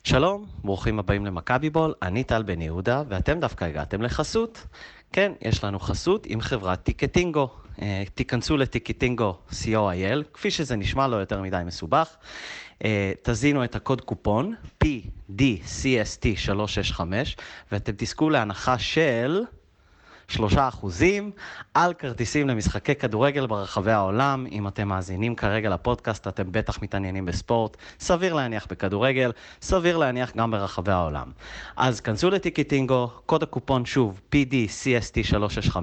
שלום, ברוכים הבאים למכבי בול, אני טל בן יהודה, ואתם דווקא הגעתם לחסות. כן, יש לנו חסות עם חברת טיקטינגו. תיכנסו לטיקטינגו co.il, כפי שזה נשמע לא יותר מדי מסובך. תזינו את הקוד קופון PDCST365, ואתם תזכו להנחה של 3% על כרטיסים למשחקי כדורגל ברחבי העולם. אם אתם מאזינים כרגע לפודקאסט, אתם בטח מתעניינים בספורט, סביר להניח בכדורגל, סביר להניח גם ברחבי העולם. אז כנסו לטיקטינגו, קוד הקופון שוב, PDCST365,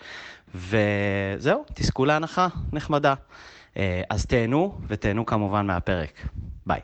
וזהו, תזכו להנחה נחמדה. אז תהנו, ותהנו כמובן מהפרק. ביי.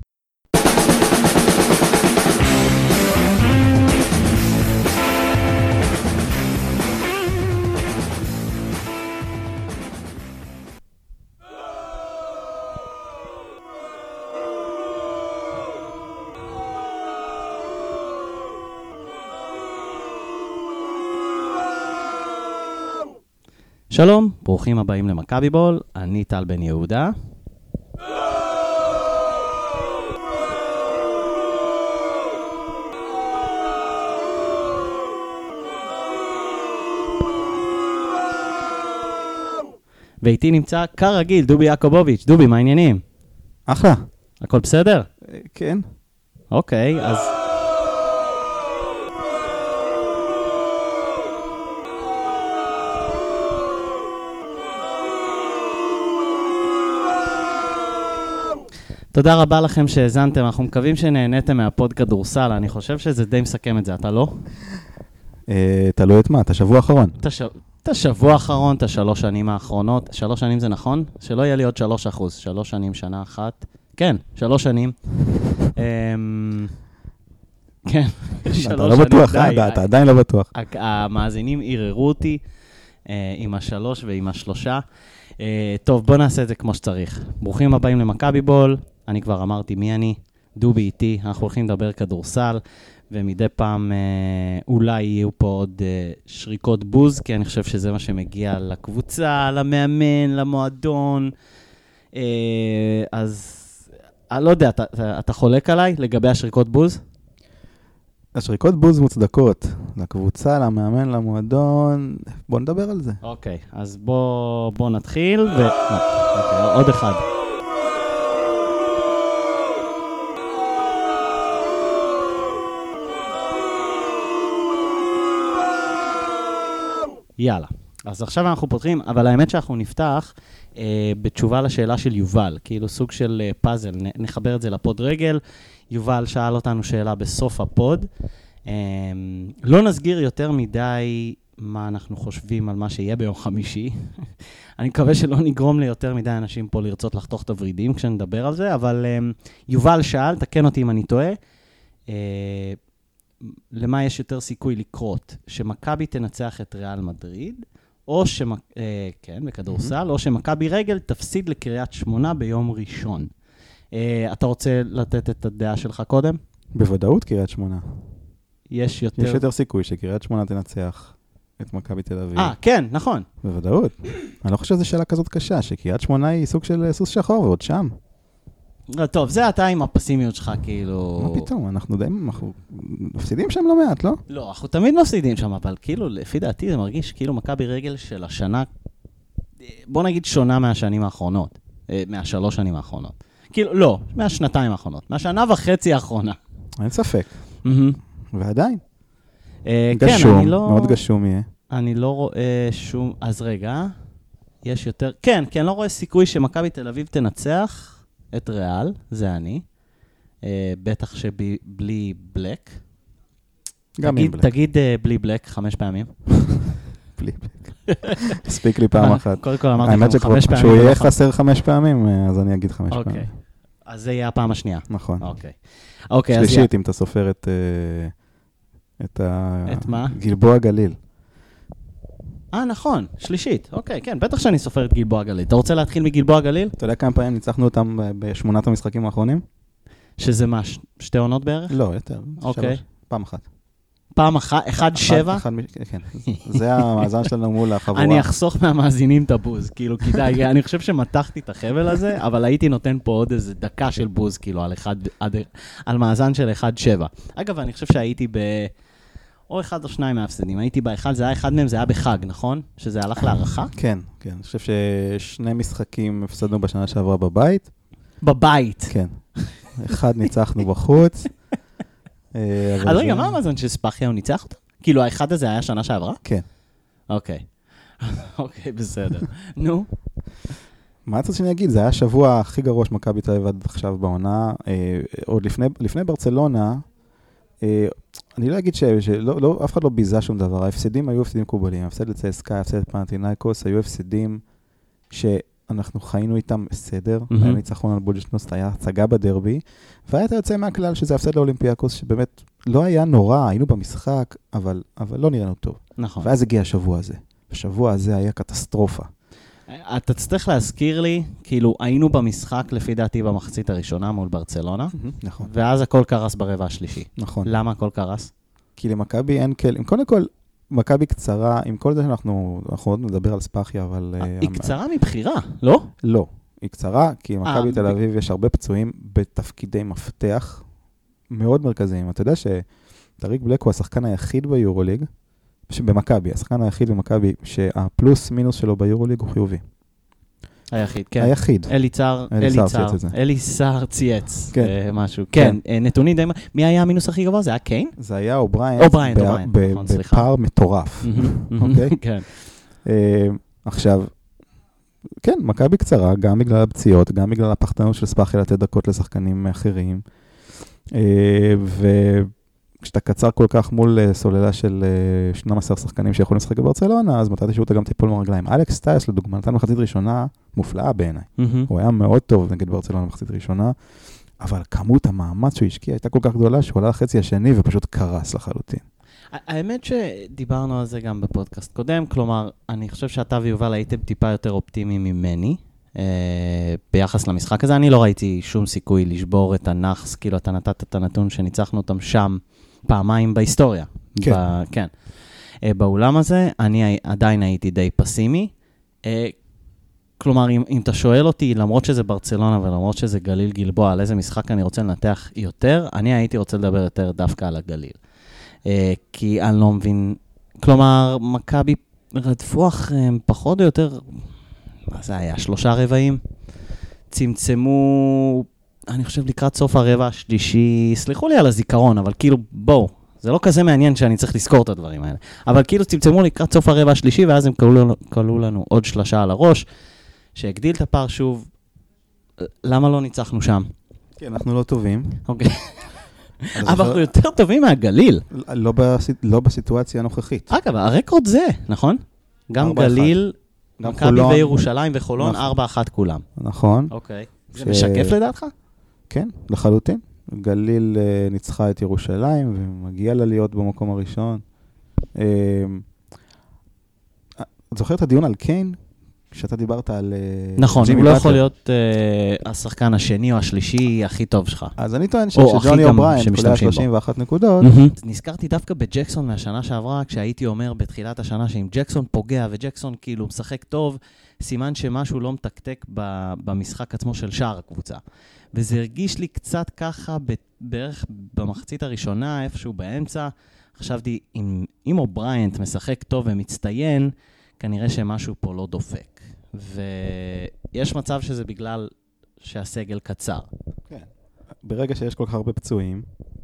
שלום, ברוכים הבאים למכבי בול, אני טל בן יהודה. ואיתי נמצא כרגיל דובי יעקובוביץ'. דובי, מה העניינים? אחלה. הכל בסדר? כן. אוקיי, אז... תודה רבה לכם שהאזנתם, אנחנו מקווים שנהניתם מהפוד כדורסל, אני חושב שזה די מסכם את זה, אתה לא? תלוי את מה, את השבוע האחרון. את השבוע האחרון, את 3 שנים האחרונות, 3 שנים זה נכון? שלא יהיה לי עוד 3%, 3 שנים, שנה אחת. כן, 3 שנים. כן, 3 שנים. אתה לא בטוח, אתה עדיין לא בטוח. המאזינים ערערו אותי עם 3 ועם 3. טוב, בוא נעשה את זה כמו שצריך. ברוכים הבאים למכבי בול, אני כבר אמרתי מי אני, דובי איתי, אנחנו הולכים לדבר כדורסל, ומדי פעם אולי יהיו פה עוד שריקות בוז, כי אני חושב שזה מה שמגיע לקבוצה, למאמן, למועדון. אז אני לא יודע, אתה חולק עליי לגבי השריקות בוז? השריקות בוז מוצדקות, לקבוצה, למאמן, למועדון, בוא נדבר על זה. אוקיי, אז בוא נתחיל, אוקיי, עוד אחד. יאללה, אז עכשיו אנחנו פותחים, אבל האמת שאנחנו נפתח בתשובה לשאלה של יובל, כאילו סוג של פאזל, נחבר את זה לפוד רגל. יובל שאל אותנו שאלה בסוף הפוד. לא נסגיר יותר מדי מה אנחנו חושבים על מה שיהיה ביום חמישי. אני מקווה שלא נגרום ליותר מדי אנשים פה לרצות לחתוך את הורידים כשנדבר על זה, אבל יובל שאל, תקן אותי אם אני טועה, למה יש יותר סיכוי לקרות? שמכבי תנצח את ריאל מדריד, או כן, בכדורסל, או שמכבי רגל תפסיד לקריית שמונה ביום ראשון. אתה רוצה לתת את הדעה שלך קודם? בוודאות קריית שמונה. יש יותר סיכוי שקריית שמונה תנצח את מכבי תל אביב. כן, נכון. בוודאות. אני לא חושב שזו שאלה כזאת קשה, שקריית שמונה היא סוג של סוס שחור ועוד שם. טוב, זה אתה עם הפסימיות שלך, כאילו... מה פתאום? אנחנו מפסידים שם לא מעט, לא? לא, אנחנו תמיד מפסידים שם, אבל כאילו, לפי דעתי זה מרגיש כאילו מכבי רגל של השנה, בוא נגיד שונה מהשנים האחרונות, מה3 שנים האחרונות. כאילו, לא, מהשנתיים האחרונות, מהשנה וחצי האחרונה. אין ספק. ועדיין. גשום, מאוד גשום יהיה. אני לא רואה שום... אז רגע, יש יותר... כן, כי אני לא רואה סיכוי שמכבי תל אביב תנצח את ריאל, זה אני. בטח שבלי בלק. גם עם בלק. תגיד בלי בלק 5 פעמים. בלי בלק. הספיק לי פעם אחת. קודם כל אמרתי 5 פעמים. האמת שהוא יהיה חסר 5 פעמים, אז אני אגיד 5 פעמים. אוקיי. אז זה יהיה הפעם השנייה. נכון. אוקיי. שלישית, אם אתה סופר את מה? גלבוע גליל. נכון, שלישית. אוקיי, כן, בטח שאני סופר את גלבוע גליל. אתה רוצה להתחיל מגלבוע גליל? אתה יודע כמה פעמים ניצחנו אותם ב8 המשחקים האחרונים? שזה מה, 2 עונות בערך? לא, יותר. אוקיי. פעם אחת. פעם 1-7? כן, זה המאזן שלנו מול החבורה. אני אחסוך מהמאזינים את הבוז, כאילו, כדאי, אני חושב שמתחתי את החבל הזה, אבל הייתי נותן פה עוד איזה דקה של בוז, כאילו, על מאזן של 1-7. אגב, אני חושב שהייתי או אחד או שניים מההפסדים. הייתי באחד, זה היה אחד מהם, זה היה בחג, נכון? שזה הלך להערכה? כן, כן. אני חושב ששני משחקים הפסדנו בשנה שעברה בבית. בבית. כן. אחד ניצחנו בחוץ. אז רגע, מה המאזן של ספחיה הוא ניצח אותה? כאילו, האחד הזה היה שנה שעברה? כן. אוקיי. אוקיי, בסדר. נו. מה אתה רוצה שאני אגיד? זה היה השבוע הכי גרוע שמכבי תל אביב עד עכשיו בעונה. עוד לפני ברצלונה, אני לא אגיד אף אחד לא ביזה שום דבר. ההפסדים היו הפסדים קובלים. ההפסד לצסקה, ההפסד לפנתינייקוס, היו הפסדים שאנחנו חיינו איתם בסדר. היה ניצחון על בולג'נוס, היה הצגה בדרבי, והיית יוצא מהכלל שזה הפסד לאולימפיאקוס, שבאמת לא היה נורא, היינו במשחק, אבל לא נראינו טוב. נכון. ואז הגיע השבוע הזה. השבוע הזה היה קטסטרופה. אתה צריך להזכיר לי, כאילו, היינו במשחק, לפי דעתי, במחצית הראשונה מול ברצלונה, נכון. ואז הכל קרס ברבע השלישי. נכון. למה הכל קרס? כי למכבי אין כל... קודם כל, מכבי קצרה, עם כל זה שאנחנו עוד נדבר על ספחיה, אבל... היא קצרה מבחירה, לא? לא. היא קצרה, כי מכבי תל אביב יש הרבה פצועים בתפקידי מפתח מאוד מרכזיים. אתה יודע שטריק בלק הוא השחקן היחיד ביורוליג, במכבי, השחקן היחיד במכבי, שהפלוס מינוס שלו ביורוליג הוא חיובי. היחיד, כן. היחיד. אלי סער צייץ, משהו. כן, נתוני די... מי היה המינוס הכי גבוה? זה היה קיין? זה היה אובריינט, בפער מטורף. אוקיי? כן. עכשיו, כן, מכבי קצרה, גם בגלל הפציעות, גם בגלל הפחדנות של ספחיה לתת דקות לשחקנים אחרים, כשאתה קצר כל כך מול סוללה של 12 שחקנים שיכולים לשחק בברצלונה, אז מתישהו אתה גם תיפול מהרגליים. אלכס סטייס, לדוגמה, נתן מחצית ראשונה מופלאה בעיניי. הוא היה מאוד טוב נגד ברצלונה מחצית ראשונה, אבל כמות המאמץ שהוא השקיע הייתה כל כך גדולה, שהוא עלה לחצי השני ופשוט קרס לחלוטין. האמת שדיברנו על זה גם בפודקאסט קודם, כלומר, אני חושב שאתה ויובל הייתם טיפה יותר אופטימיים ממני, ביחס למשחק הזה. אני לא ראיתי שום סיכוי לשבור את הנחס, כאילו אתה נתת את הנתון שניצחנו אותם שם פעמיים בהיסטוריה. כן. כן. באולם הזה, אני עדיין הייתי די פסימי. כלומר, אם אתה שואל אותי, למרות שזה ברצלונה ולמרות שזה גליל גלבוע, על איזה משחק אני רוצה לנתח יותר, אני הייתי רוצה לדבר יותר דווקא על הגליל. כי אני לא מבין, כלומר, מכבי רדפו אחריהם פחות או יותר, מה זה היה? 3 רבעים? צמצמו, אני חושב לקראת סוף הרבע השלישי, סליחו לי על הזיכרון, אבל כאילו, בואו, זה לא כזה מעניין שאני צריך לזכור את הדברים האלה. אבל כאילו צמצמו לקראת סוף הרבע השלישי, ואז הם קלו לנו עוד 3 על הראש, שהגדיל את הפער שוב. למה לא ניצחנו שם? כן, אנחנו לא טובים. אוקיי. אבל אנחנו יותר טובים מהגליל. לא בסיטואציה הנוכחית. אגב, הרקורד זה, נכון? גם גליל, מכבי וירושלים וחולון, 4-1 כולם. נכון. אוקיי. זה משקף לדעתך? כן, לחלוטין. גליל ניצחה את ירושלים ומגיע לה להיות במקום הראשון. את זוכר את הדיון על קיין? כשאתה דיברת על... נכון, הוא לא יכול להיות השחקן השני או השלישי הכי טוב שלך. אז אני טוען שג'וני אובריין קולע 31 נקודות. נזכרתי דווקא בג'קסון מהשנה שעברה, כשהייתי אומר בתחילת השנה שאם ג'קסון פוגע וג'קסון כאילו משחק טוב, סימן שמשהו לא מתקתק במשחק עצמו של שאר הקבוצה. וזה הרגיש לי קצת ככה בערך במחצית הראשונה, איפשהו באמצע. חשבתי, אם אובריינט משחק טוב ומצטיין, כנראה שמשהו פה לא דופק. ויש מצב שזה בגלל שהסגל קצר. כן. ברגע שיש כל כך הרבה פצועים,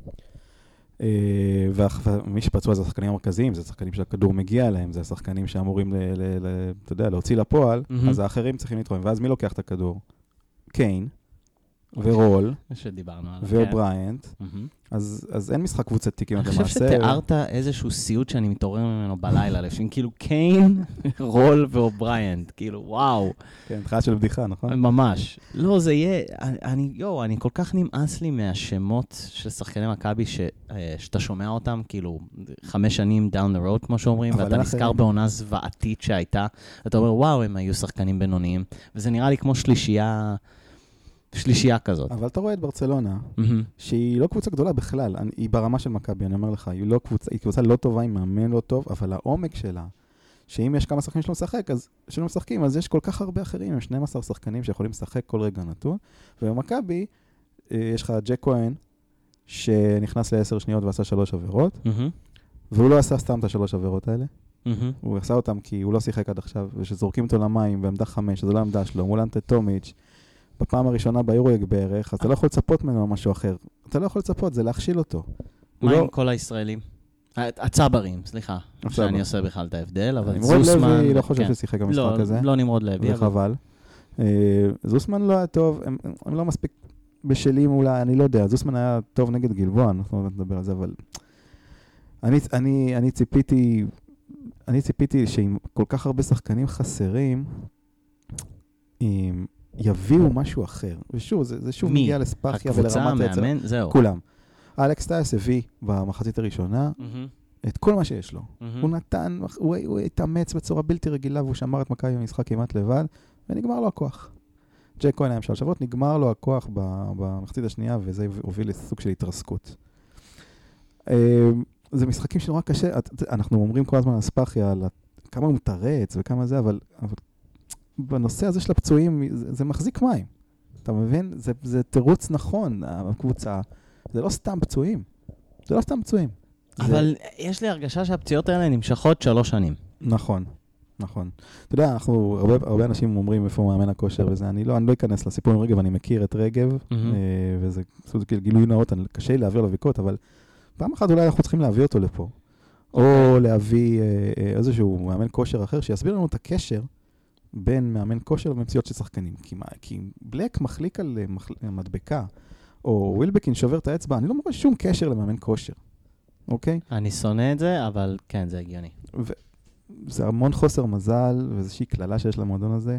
ומי שפצוע זה השחקנים המרכזיים, זה השחקנים שהכדור מגיע אליהם, זה השחקנים שאמורים, אתה יודע, להוציא לפועל, אז האחרים צריכים לתרום. ואז מי לוקח את הכדור? קיין, ורול, ואובריינט, אז אין משחק קבוצתי כמעט למעשה. אני חושב שתיארת איזשהו סיוט שאני מתעורר ממנו בלילה, לפעמים כאילו קיין, רול ואובריינט, כאילו וואו. כן, תחילת של בדיחה, נכון? ממש. לא, זה יהיה, אני כל כך נמאס לי מהשמות של שחקני מכבי שאתה שומע אותם, כאילו 5 שנים down the road, כמו שאומרים, ואתה נזכר בעונה זוועתית שהייתה, ואתה אומר, וואו, הם היו שחקנים בינוניים, וזה נראה לי כמו שלישייה... שלישייה כזאת. אבל אתה רואה את ברצלונה, שהיא לא קבוצה גדולה בכלל, היא ברמה של מכבי, אני אומר לך, היא קבוצה לא טובה, היא מאמן לא טוב, אבל העומק שלה, שאם יש כמה שחקנים שלא משחקים, אז יש כל כך הרבה אחרים, עם 12 שחקנים שיכולים לשחק כל רגע נתון, ובמכבי יש לך ג'ק כהן, שנכנס ל10 שניות ועשה 3 עבירות, והוא לא עשה סתם את 3 עבירות האלה, הוא עשה אותם כי הוא לא שיחק עד עכשיו, ושזורקים אותו למים בעמדה 5, אז זה לא העמדה שלו, מול אנטה טומיץ', בפעם הראשונה ביורוליג בערך, אז אתה לא יכול לצפות ממנו משהו אחר. אתה לא יכול לצפות, זה להכשיל אותו. מה עם כל הישראלים? הצברים, סליחה. שאני עושה בכלל את ההבדל, אבל זוסמן... נמרוד לוי לא חושב כן. ששיחק במשחק הזה. לא נמרוד לוי. וחבל. זוסמן לא היה טוב, הם לא מספיק בשלים אולי, אני לא יודע. זוסמן היה טוב נגד גלבוע, אנחנו לא נדבר על זה, אבל... אני ציפיתי שעם כל כך הרבה שחקנים חסרים, יביאו משהו אחר. ושוב, זה שוב מגיע לספחיה ולרמת היצר. מאמן, זהו. כולם. אלכס טייס הביא במחצית הראשונה את כל מה שיש לו. הוא נתן, הוא התאמץ בצורה בלתי רגילה, והוא שמר את מכבי במשחק כמעט לבד, ונגמר לו הכוח. ג'ק כהן היה משל שבועות, נגמר לו הכוח במחצית השנייה, וזה הוביל לסוג של התרסקות. זה משחקים שנורא קשה, אנחנו אומרים כל הזמן על ספחיה, על כמה הוא מתרץ וכמה זה, אבל בנושא הזה של הפצועים, זה מחזיק מים. אתה מבין? זה תירוץ נכון, הקבוצה. זה לא סתם פצועים. זה לא סתם פצועים. אבל יש לי הרגשה שהפציעות האלה נמשכות 3 שנים. נכון, נכון. אתה יודע, הרבה אנשים אומרים איפה מאמן הכושר וזה, אני לא אכנס לסיפור עם רגב, אני מכיר את רגב, וזה גילוי נאות, קשה לי להעביר לו ביקורת, אבל פעם אחת אולי אנחנו צריכים להביא אותו לפה. או להביא איזשהו מאמן כושר אחר, שיסביר לנו את הקשר בין מאמן כושר ומפציעות של שחקנים. כי בלק מחליק על מדבקה, או ווילבקין שובר את האצבע, אני לא מראה שום קשר למאמן כושר. אוקיי? אני שונא את זה, אבל כן, זה הגיוני. זה המון חוסר מזל, ואיזושהי כללה שיש למועדון הזה.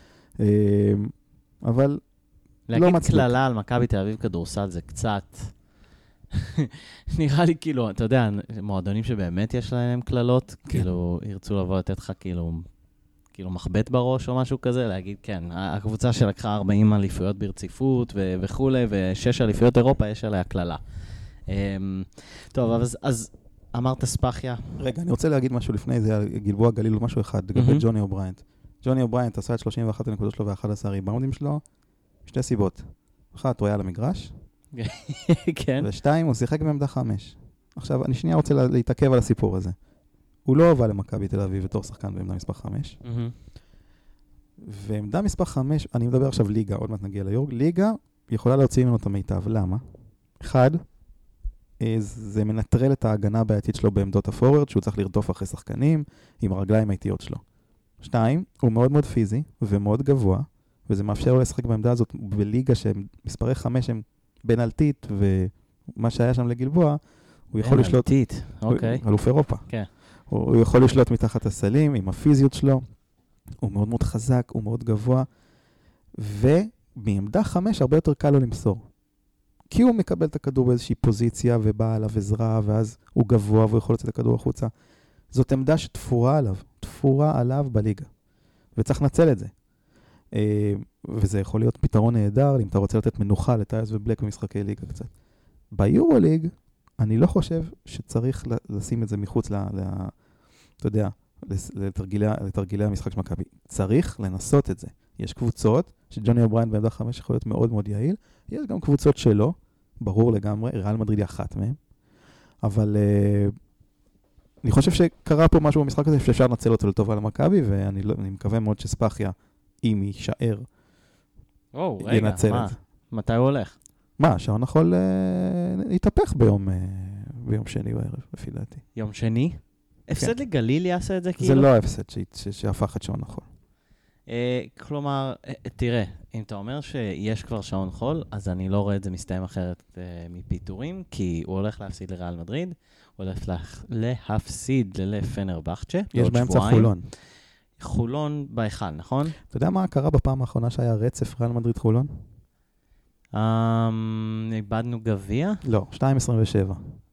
אבל לא מצליק. להגיד כללה על מכבי תל אביב כדורסל זה קצת... נראה לי כאילו, אתה יודע, מועדונים שבאמת יש להם כללות, כאילו ירצו לבוא לתת לך כאילו מחבט בראש או משהו כזה, להגיד כן, הקבוצה שלקחה 40 אליפויות ברציפות וכו', ו6 אליפויות אירופה יש עליה כללה. טוב, אז אמרת ספחיה. רגע, אני רוצה להגיד משהו לפני זה, גלבוע גליל או משהו אחד, לגבי ג'וני אובריינט. ג'וני אובריינט עשה את 31 הנקודות שלו ו11 ריבאונדים שלו, 2 סיבות. 1, הוא היה למגרש, כן. ו2, הוא שיחק בעמדה 5. עכשיו, אני שנייה רוצה להתעכב על הסיפור הזה. הוא לא הובא למכבי תל אביב בתור שחקן בעמדה מספר 5. ועמדה מספר 5, אני מדבר עכשיו ליגה, עוד מעט נגיע ליורג, ליגה יכולה להוציא ממנו את המיטב. למה? 1, זה מנטרל את ההגנה הבעייתית שלו בעמדות הפורוורד, שהוא צריך לרדוף אחרי שחקנים עם הרגליים האיטיות שלו. 2, הוא מאוד מאוד פיזי ומאוד גבוה, וזה מאפשר לו לשחק בעמדה הזאת בליגה שמספרי 5 הם בנלתית, ומה שהיה שם לגלבוע, הוא יכול לשלוט... בנלתית, אוקיי. אלוף אירופה. כן. הוא יכול לשלוט מתחת הסלים עם הפיזיות שלו, הוא מאוד מאוד חזק, הוא מאוד גבוה, ומעמדה 5 הרבה יותר קל לו למסור. כי הוא מקבל את הכדור באיזושהי פוזיציה, ובא עליו עזרה, ואז הוא גבוה, והוא יכול לצאת את הכדור החוצה. זאת עמדה שתפורה עליו בליגה. וצריך לנצל את זה. וזה יכול להיות פתרון נהדר, אם אתה רוצה לתת מנוחה לטייס ובלק במשחקי ליגה קצת. ביורוליג, אני לא חושב שצריך לשים את זה מחוץ אתה יודע, לתרגילי המשחק של מכבי. צריך לנסות את זה. יש קבוצות, שג'וני אובריין בעמדה 5 יכול להיות מאוד מאוד יעיל, יש גם קבוצות שלא, ברור לגמרי, ריאל מדריד היא אחת מהן, אבל אני חושב שקרה פה משהו במשחק הזה שאפשר לנצל אותו לטובה למכבי, ואני מקווה מאוד שספחיה, אם יישאר, ינצל את זה. מתי הוא הולך? מה, שעון החול יתהפך ביום שני בערב, לפי דעתי. יום שני? הפסד לגליל יעשה את זה כאילו? זה לא ההפסד שהפך את שעון החול. כלומר, תראה, אם אתה אומר שיש כבר שעון חול, אז אני לא רואה את זה מסתיים אחרת מפיתורים, כי הוא הולך להפסיד לריאל מדריד, הוא הולך להפסיד לפנרבחצ'ה. יש באמצע חולון. חולון בהיכל, נכון? אתה יודע מה קרה בפעם האחרונה שהיה רצף ריאל מדריד חולון? איבדנו גביע? לא, 2.27.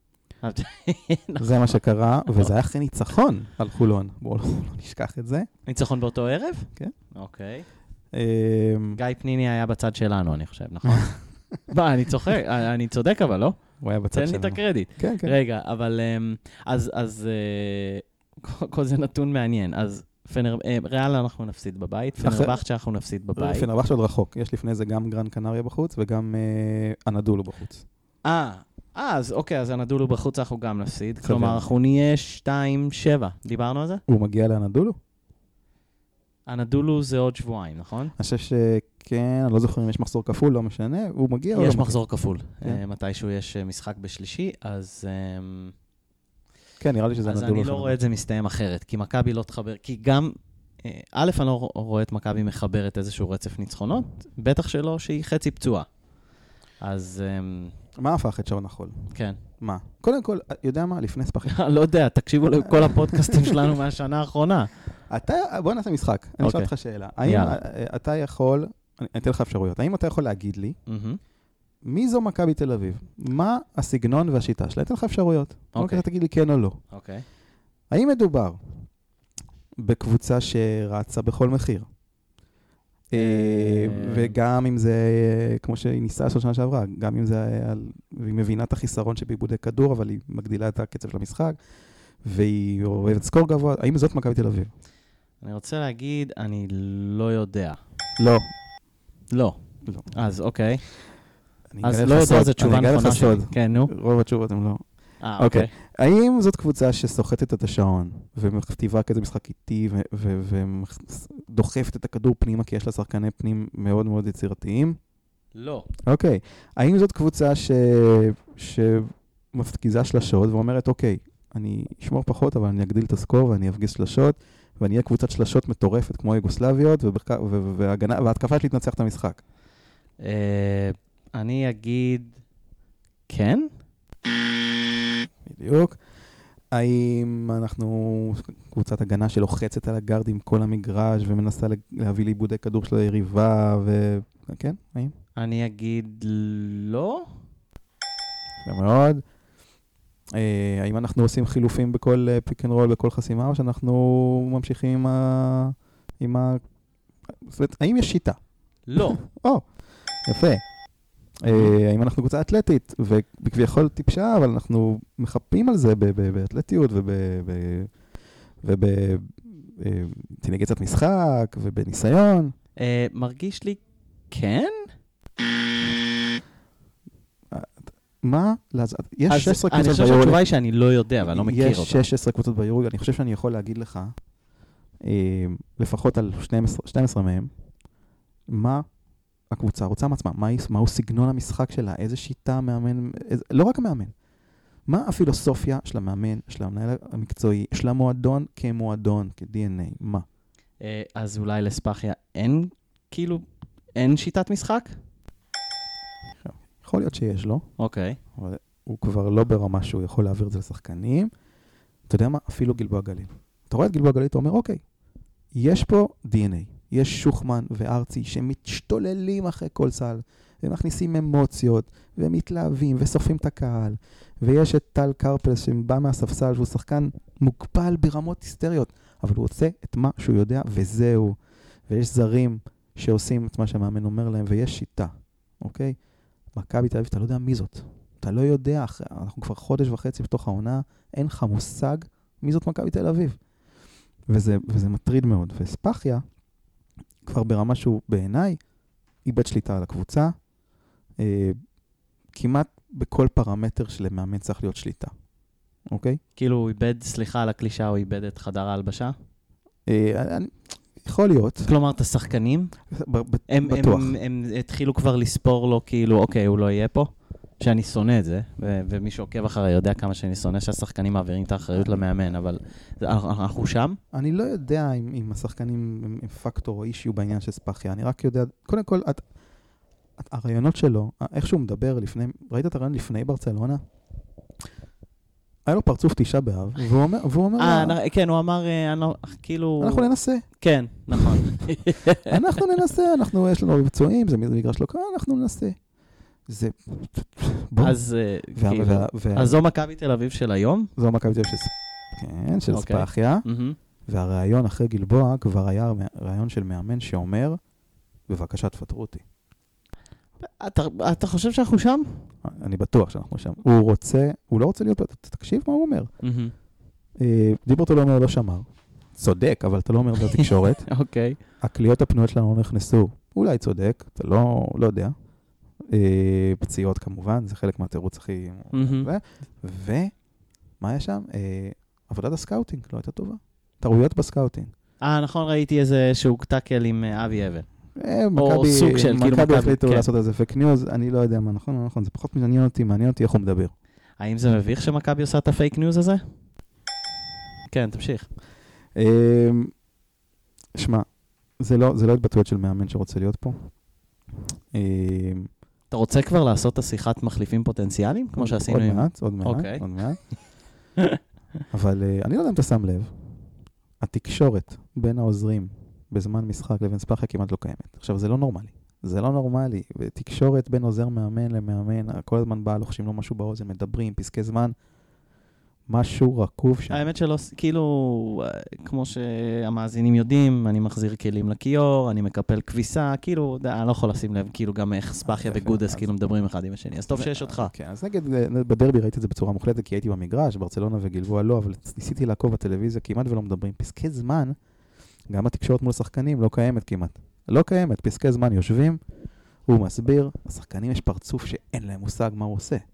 זה מה שקרה, וזה היה אחרי ניצחון על חולון. בואו לא נשכח את זה. ניצחון באותו ערב? כן. אוקיי. גיא פניני היה בצד שלנו, אני חושב, נכון? אני צוחק, אני צודק אבל, לא? הוא היה בצד תן לי שלנו. את הקרדיט. כן, כן. רגע, אבל אז כל זה נתון מעניין. אז ריאל אנחנו נפסיד בבית, פנרבחצ'ה אנחנו נפסיד בבית. פנרבחצ'ה עוד רחוק. יש לפני זה גם גרן קנריה בחוץ וגם אנדולו בחוץ. אז אוקיי, אז אנדולו בחוץ אנחנו גם נפסיד. כלומר, אנחנו נהיה 2-7. דיברנו על זה? הוא מגיע לאנדולו? אנדולו זה עוד שבועיים, נכון? אני חושב שכן, אני לא זוכר אם יש מחזור כפול, לא משנה, הוא מגיע או לא יש מגיע? מחזור כפול. מתישהו יש משחק בשלישי, אז... כן, נראה לי שזה אנדולו. אז אני לא רואה את זה מסתיים אחרת, כי מכבי לא תחבר, כי גם... א', אני לא רואה את מכבי מחברת איזשהו רצף ניצחונות, בטח שלא שהיא חצי פצועה. אז... מה הפך את שעון החול? כן. מה? קודם כל, יודע מה? לפני ספחים. לא יודע, תקשיבו לכל הפודקאסטים שלנו מהשנה האחרונה. בוא נעשה משחק. אני אשאל אותך שאלה. האם אתה יכול, אני אתן לך אפשרויות, האם אתה יכול להגיד לי, מי זו מכבי תל אביב? מה הסגנון והשיטה שלה? אתן לך אפשרויות. אוקיי, תגיד לי כן או לא. אוקיי. האם מדובר בקבוצה שרצה בכל מחיר? וגם אם זה, כמו שהיא ניסה לעשות שנה שעברה, גם אם זה, היא מבינה את החיסרון שבעיבודי כדור, אבל היא מגדילה את הקצב של המשחק, והיא אוהבת סקור גבוה, האם זאת מכבי תל אביב? אני רוצה להגיד, אני לא יודע. לא. לא. לא. אז אוקיי. אז לא יודע, זו תשובה נכונה שלי. כן, נו. רוב התשובות הם לא. אוקיי. האם זאת קבוצה שסוחטת את השעון, ומכתיבה כזה משחק איטי, ודוחפת את הכדור פנימה, כי יש לה שחקני פנים מאוד מאוד יצירתיים? לא. אוקיי. האם זאת קבוצה שמפגיזה שלשות, ואומרת, אוקיי, אני אשמור פחות, אבל אני אגדיל את הסקור, ואני אפגיז שלשות, ואני אהיה קבוצת שלשות מטורפת, כמו יוגוסלביות, וההתקפה שלי תנצח את המשחק? אני אגיד, כן? בדיוק. האם אנחנו קבוצת הגנה שלוחצת על הגארדים כל המגרש ומנסה להביא לאיבודי כדור של היריבה כן? האם? אני אגיד לא. מאוד. האם אנחנו עושים חילופים בכל פיק אנד רול, בכל חסימה, או שאנחנו ממשיכים עם זאת אומרת, האם יש שיטה? לא. יפה. האם אנחנו קבוצה אתלטית, וכביכול טיפשה, אבל אנחנו מחפים על זה באתלטיות ובתנהגת משחק ובניסיון. מרגיש לי כן? מה? יש 16 קבוצות ביורוליג. אני חושב שהתשובה היא שאני לא יודע, אבל אני לא מכיר אותה. יש 16 קבוצות ביורוליג, אני חושב שאני יכול להגיד לך, לפחות על 12 מהם, מה הקבוצה רוצה מעצמה, מהו סגנון המשחק שלה, איזה שיטה מאמן, לא רק המאמן, מה הפילוסופיה של המאמן, של המנהל המקצועי, של המועדון כמועדון, כ-DNA, מה? אז אולי לספחיה אין, כאילו, אין שיטת משחק? יכול להיות שיש לו. אוקיי. אבל הוא כבר לא ברמה שהוא יכול להעביר את זה לשחקנים. אתה יודע מה? אפילו גלבוע גליל. אתה רואה את גלבוע גליל, אתה אומר, אוקיי, יש פה DNA. יש שוחמן וארצי שמשתוללים אחרי כל סל, ומכניסים אמוציות, ומתלהבים, וסופים את הקהל. ויש את טל קרפלס שבא מהספסל, שהוא שחקן מוגבל ברמות היסטריות, אבל הוא עושה את מה שהוא יודע, וזהו. ויש זרים שעושים את מה שהמאמן אומר להם, ויש שיטה, אוקיי? מכבי תל אביב, אתה לא יודע מי זאת. אתה לא יודע, אנחנו כבר חודש וחצי בתוך העונה, אין לך מושג מי זאת מכבי תל אביב. וזה מטריד מאוד. וספחיה, כבר ברמה שהוא בעיניי, איבד שליטה על הקבוצה, כמעט בכל פרמטר שלמאמן צריך להיות שליטה. אוקיי? כאילו הוא איבד, סליחה על הקלישה, הוא איבד את חדר ההלבשה? יכול להיות. כלומר, את השחקנים? בטוח. הם התחילו כבר לספור לו, כאילו, אוקיי, הוא לא יהיה פה? שאני שונא את זה, ומי שעוקב אחרי יודע כמה שאני שונא שהשחקנים מעבירים את האחריות למאמן, אבל אנחנו שם? אני לא יודע אם השחקנים הם פקטור או אישיו בעניין של ספחיה, אני רק יודע, קודם כל, הרעיונות שלו, איך שהוא מדבר לפני, ראית את הרעיון לפני ברצלונה? היה לו פרצוף 9 באב, והוא אומר... כן, הוא אמר, כאילו... אנחנו ננסה. כן, נכון. אנחנו ננסה, יש לנו פצועים, זה מגרש לא קרה, אנחנו ננסה. זה... אז זו מכבי תל אביב של היום? זו מכבי תל אביב של ספחיה, והרעיון אחרי גלבוע כבר היה רעיון של מאמן שאומר, בבקשה, תפטרו אותי. אתה חושב שאנחנו שם? אני בטוח שאנחנו שם. הוא לא רוצה להיות, תקשיב מה הוא אומר. דיברטו לא אומר לא שמר. צודק, אבל אתה לא אומר בתקשורת. אוקיי. הקליות הפנויות שלנו לא נכנסו. אולי צודק, אתה לא יודע. פציעות כמובן, זה חלק מהתירוץ הכי... ומה היה שם? עבודת הסקאוטינג לא הייתה טובה. טעויות בסקאוטינג. נכון, ראיתי איזשהו טאקל עם אבי אבן. או סוג של, כאילו מכבי החליטו לעשות איזה פייק ניוז, אני לא יודע מה נכון, זה פחות מעניין אותי איך הוא מדבר. האם זה מביך שמכבי עושה את הפייק ניוז הזה? כן, תמשיך. שמע, זה לא התבטאויות של מאמן שרוצה להיות פה. אתה רוצה כבר לעשות את השיחת מחליפים פוטנציאליים, כמו שעשינו עם... עוד מעט. אבל אני לא יודע אם אתה שם לב, התקשורת בין העוזרים בזמן משחק לבין ספחיה כמעט לא קיימת. עכשיו, זה לא נורמלי. זה לא נורמלי. ותקשורת בין עוזר מאמן למאמן, כל הזמן בא, לוחשים לו משהו באוזן, מדברים, פסקי זמן, משהו רקוב שם. האמת שלא, כאילו, כמו שהמאזינים יודעים, אני מחזיר כלים לכיור, אני מקפל כביסה, כאילו, אני לא יכול לשים לב, כאילו גם איך ספחיה וגודס כאילו מדברים אחד עם השני. אז טוב שיש אותך. כן, אז נגד, בדרבי ראיתי את זה בצורה מוחלטת, כי הייתי במגרש, ברצלונה וגלבוע לא, אבל ניסיתי לעקוב בטלוויזיה, כמעט ולא מדברים. פסקי זמן, גם התקשורת מול השחקנים לא קיימת כמעט. לא קיימת, פסקי זמן יושבים, הוא מסביר, השחקנים יש פרצוף שאין להם מושג מה הוא עושה.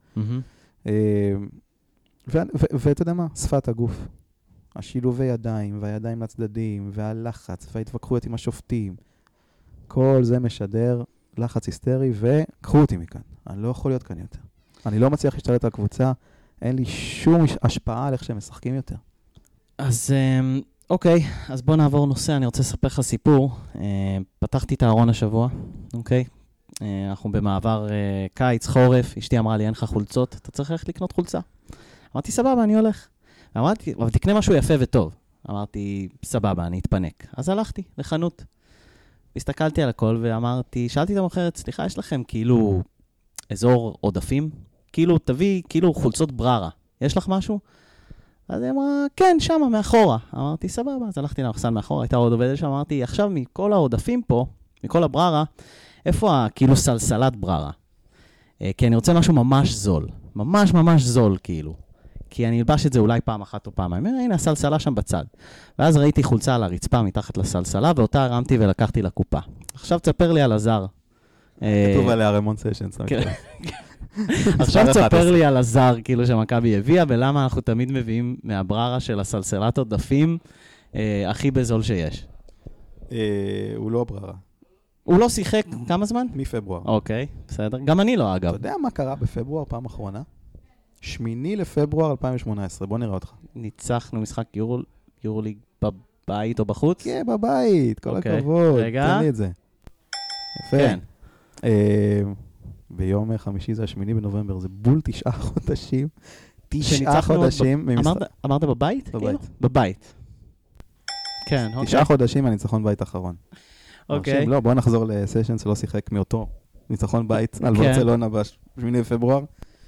ואתה יודע מה? שפת הגוף. השילובי ידיים, והידיים לצדדים, והלחץ, וההתווכחויות עם השופטים. כל זה משדר לחץ היסטרי, וקחו אותי מכאן. אני לא יכול להיות כאן יותר. אני לא מצליח להשתלט על הקבוצה, אין לי שום השפעה על איך שהם משחקים יותר. אז אוקיי, אז בוא נעבור נושא, אני רוצה לספר לך סיפור. פתחתי את הארון השבוע, אוקיי? אנחנו במעבר קיץ, חורף, אשתי אמרה לי, אין לך חולצות, אתה צריך ללכת לקנות חולצה. אמרתי, סבבה, אני הולך. אמרתי, אבל תקנה משהו יפה וטוב. אמרתי, סבבה, אני אתפנק. אז הלכתי לחנות. הסתכלתי על הכל ואמרתי, שאלתי את המוכרת, סליחה, יש לכם כאילו אזור עודפים? כאילו, תביא, כאילו חולצות בררה. יש לך משהו? אז היא אמרה, כן, שמה, מאחורה. אמרתי, סבבה, אז הלכתי למחסן מאחורה, הייתה עוד עובדת שם, אמרתי, עכשיו מכל העודפים פה, מכל הבררה, איפה כאילו סלסלת בררה? כי אני רוצה משהו ממש זול. ממש ממש זול, כאילו. כי אני אלבש את זה אולי פעם אחת או פעם. הנה, הסלסלה שם בצד. ואז ראיתי חולצה על הרצפה מתחת לסלסלה, ואותה הרמתי ולקחתי לקופה. עכשיו תספר לי על הזר. כתוב עליה רמון סשנס. עכשיו תספר לי על הזר, כאילו שמכבי הביאה, ולמה אנחנו תמיד מביאים מהבררה של הסלסלת עודפים הכי בזול שיש. הוא לא בררה. הוא לא שיחק כמה זמן? מפברואר. אוקיי, בסדר. גם אני לא, אגב. אתה יודע מה קרה בפברואר פעם אחרונה? 8 לפברואר 2018, בוא נראה אותך. ניצחנו משחק יורוליג בבית או בחוץ? כן, בבית, כל הכבוד. רגע. תן לי את זה. יפה. כן. ביום חמישי זה 8 בנובמבר, זה בול 9 חודשים. 9 חודשים. אמרת בבית? בבית. בבית. כן, אוקיי. 9 חודשים הניצחון בית האחרון. אוקיי. לא, בוא נחזור לסשנס שלא שיחק מאותו ניצחון בית על ברצלונה ב-8 בפברואר.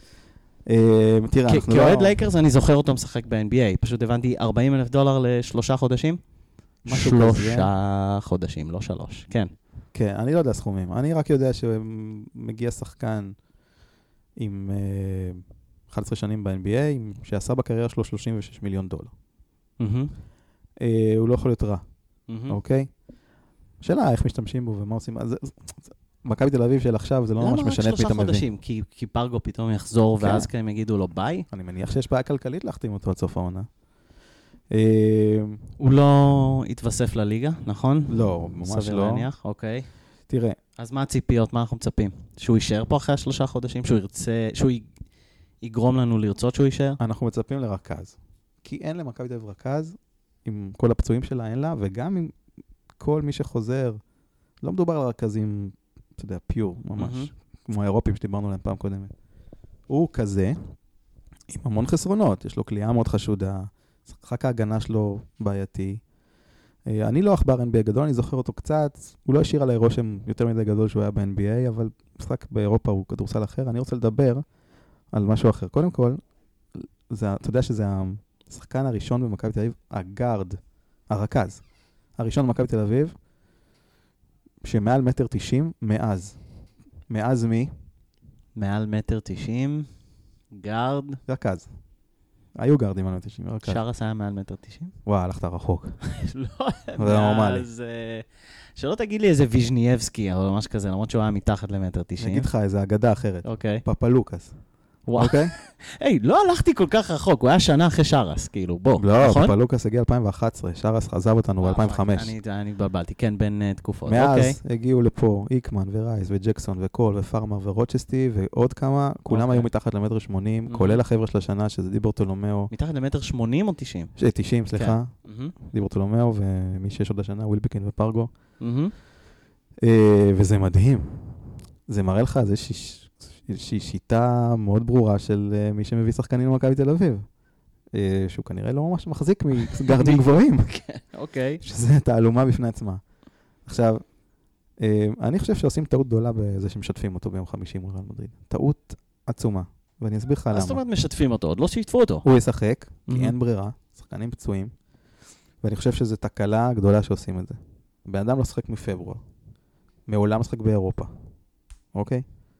כאוהד לייקרס אני זוכר אותו משחק ב-NBA, פשוט הבנתי $40,000 ל3 חודשים. 3 חודשים, לא 3, כן. כן, אני לא יודע סכומים. אני רק יודע שמגיע שחקן עם 11 שנים ב-NBA, שעשה בקריירה שלו $36 מיליון. הוא לא יכול להיות רע, אוקיי? שאלה איך משתמשים בו ומה עושים. מכבי תל אביב של עכשיו זה לא ממש משנה את מי אתה מביא. חודשים? כי פרגו פתאום יחזור ואז הם יגידו לו ביי? אני מניח שיש בעיה כלכלית להחתים אותו עד סוף העונה. הוא לא התווסף לליגה, נכון? לא, ממש לא. אוקיי. תראה. אז מה הציפיות? מה אנחנו מצפים? שהוא יישאר פה אחרי 3 חודשים? שהוא ירצה, שהוא יגרום לנו לרצות שהוא יישאר? אנחנו מצפים לרכז. כי אין למכבי תל אביב רכז, עם כל הפצועים שלה אין לה, וגם עם כל מי שחוזר, לא מדובר על רכזים, אתה יודע, פיור, ממש, כמו האירופים שדיברנו עליהם פעם קודמת. הוא כזה, עם המון חסרונות, יש לו כלייה מאוד חשודה, שחק ההגנה שלו בעייתי. אני לא אכבר NBA גדול, אני זוכר אותו קצת, הוא לא השאיר עליי רושם יותר מדי גדול שהוא היה ב-NBA, אבל משחק באירופה הוא כדורסל אחר, אני רוצה לדבר על משהו אחר. קודם כל, אתה יודע שזה השחקן הראשון במכבי תל אביב, הגארד, הרכז, הראשון במכבי תל אביב, שמעל 1.90 מאז. מאז מי? מעל 1.90 גארד. רכז. היו גארדים על 1.90, רכז. שרס היה מעל 1.90? וואו, הלכת רחוק. לא, זה נורמלי. אז שלא תגיד לי איזה ויז'ניאבסקי, או משהו כזה, למרות שהוא היה מתחת ל-1.90. אני אגיד לך איזה אגדה אחרת. אוקיי. פפלוקס. וואו. אוקיי? היי, לא הלכתי כל כך רחוק, הוא היה שנה אחרי שרס, כאילו, בוא, לא, נכון? פפלוקס הגיע 2011, שרס עזב אותנו ב-2005. אני התבלבלתי, כן, בין תקופות. מאז הגיעו לפה איקמן ורייס וג'קסון וקול ופארמר ורוצ'סטי ועוד כמה, כולם היו מתחת ל1.80, כולל החבר'ה של השנה, שזה דיברטולומיאו. מתחת ל1.80 או 90? 90, סליחה. דיברטולומיאו ומי שיש עוד השנה, ווילבקין ופרגו. וזה מדהים. זה מראה לך איזושהי שיטה מאוד ברורה של מי שמביא שחקנים למכבי תל אביב. שהוא כנראה לא ממש מחזיק מגרדים גבוהים. אוקיי. שזה תעלומה בפני עצמה. עכשיו, אני חושב שעושים טעות גדולה בזה שמשתפים אותו ביום חמישי מול ריאל מדריד. טעות עצומה. ואני אסביר לך למה. זאת אומרת משתפים אותו, עוד לא שיתפו אותו. הוא ישחק, כי אין ברירה, שחקנים פצועים, ואני חושב שזו תקלה גדולה שעושים את זה. בן אדם לא שחק מפברואר. מעולם לא שחק באירופה. אוקיי?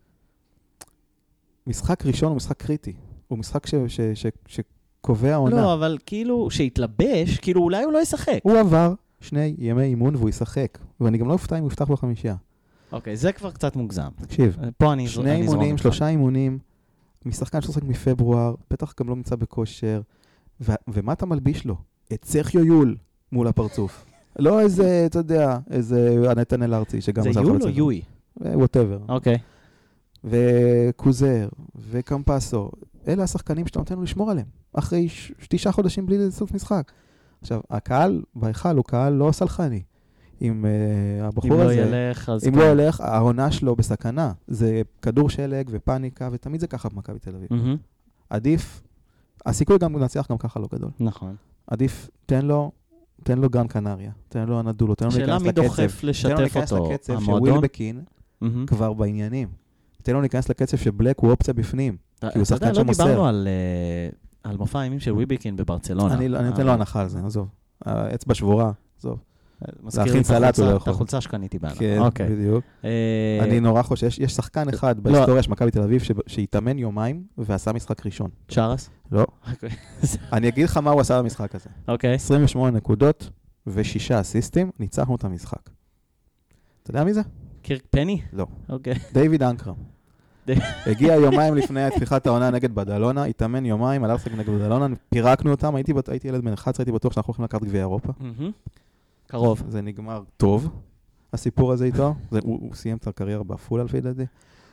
משחק ראשון הוא משחק קריטי. הוא משחק שקובע עונה. לא, אבל כאילו, שהתלבש, כאילו אולי הוא לא ישחק. הוא עבר 2 ימי אימון והוא ישחק. ואני גם לא אופתע אם הוא יפתח בחמישייה. אוקיי, זה כבר קצת מוגזם. תקשיב, פה אני 2 אימונים, 3 אימונים, משחקן ששחק מפברואר, בטח גם לא נמצא בכושר, ומה אתה מלביש לו? את סרחיו יול מול הפרצוף. לא איזה, אתה יודע, איזה נתנאל ארצי, שגם זה יול או יוי? whatever. אוקיי. וקוזר, וקמפסו, אלה השחקנים שאתה נותן לו לשמור עליהם, אחרי 9 חודשים בלי לסוף משחק. עכשיו, הקהל בהיכל הוא קהל לא סלחני. אם הבחור הזה, אם לא ילך, אז אם לא ילך, העונה שלו בסכנה. זה כדור שלג ופניקה, ותמיד זה ככה במכבי תל אביב. עדיף, הסיכוי גם לנצח גם ככה לא גדול. נכון. עדיף, תן לו גרן קנריה, תן לו הנדולו, תן לו להיכנס לקצב. שאלה מי דוחף לשתף אותו, המועדון? שווילבקין כבר בעניינים. תן לו להיכנס לקצב שבלק הוא אופציה בפנים, כי הוא שחקן שמוסר. לא דיברנו על מופע הימים של ווילבקין בברצלונה. אני נותן לו הנחה על זה, עזוב. אצבע שבורה, עזוב. להכין סלט הוא לא יכול. את החולצה שקניתי בעלה. כן, בדיוק. אני נורא חושב, יש שחקן אחד בהיסטוריה של מכבי תל אביב שהתאמן יומיים ועשה משחק ראשון. שרס? לא. אני אגיד לך מה הוא עשה במשחק הזה. 28 נקודות ו6 אסיסטים, ניצחנו את המשחק. אתה יודע מי זה? קירק פני? לא. אוקיי. דיוויד אנקרם. הגיע יומיים לפני פתיחת העונה נגד בדלונה, התאמן יומיים, עלה לשחק נגד בדלונה, פירקנו אותם, הייתי ילד בן 11, הייתי בטוח שאנחנו הולכים לקחת גביע אירופה. קרוב. זה נגמר טוב, הסיפור הזה איתו. הוא סיים את הקריירה בפולה לפי דעתי.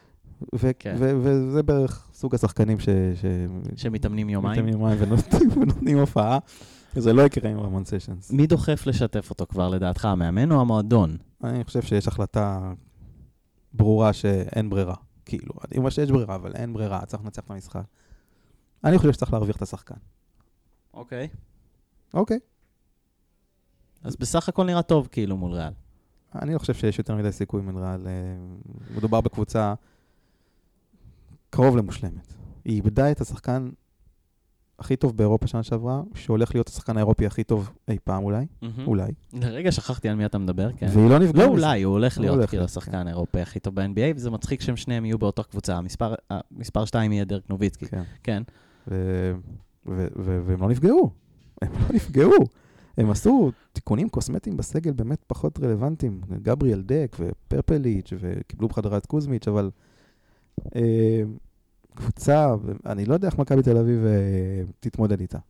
וזה בערך סוג השחקנים שמתאמנים יומיים. מתאמנים יומיים ונותנים הופעה. זה לא יקרה עם רמון סשנס. מי דוחף לשתף אותו כבר לדעתך, המאמן או המועדון? אני חושב שיש החלטה ברורה שאין ברירה. כאילו, אני אומר שיש ברירה, אבל אין ברירה, צריך לנצח את המשחק. אני חושב שצריך להרוויח את השחקן. אוקיי. אוקיי. אז בסך הכל נראה טוב כאילו מול ריאל. אני לא חושב שיש יותר מדי סיכוי מול ריאל. מדובר בקבוצה קרוב למושלמת. היא איבדה את השחקן הכי טוב באירופה שנה שעברה, שהולך להיות השחקן האירופי הכי טוב אי פעם אולי. אולי. לרגע שכחתי על מי אתה מדבר, כן. והיא לא נפגעה. לא אולי, הוא הולך להיות כאילו השחקן האירופי הכי טוב ב-NBA, וזה מצחיק שהם שניהם יהיו באותה קבוצה. מספר 2 יהיה דרק נוביצקי. כן. והם לא נפגעו. הם לא נפגעו. הם עשו תיקונים קוסמטיים בסגל באמת פחות רלוונטיים. גבריאל דק ופרפליץ' וקיבלו בחדרה את קוזמיץ', אבל קבוצה, אני לא יודע איך מכבי תל אביב תתמודד איתה.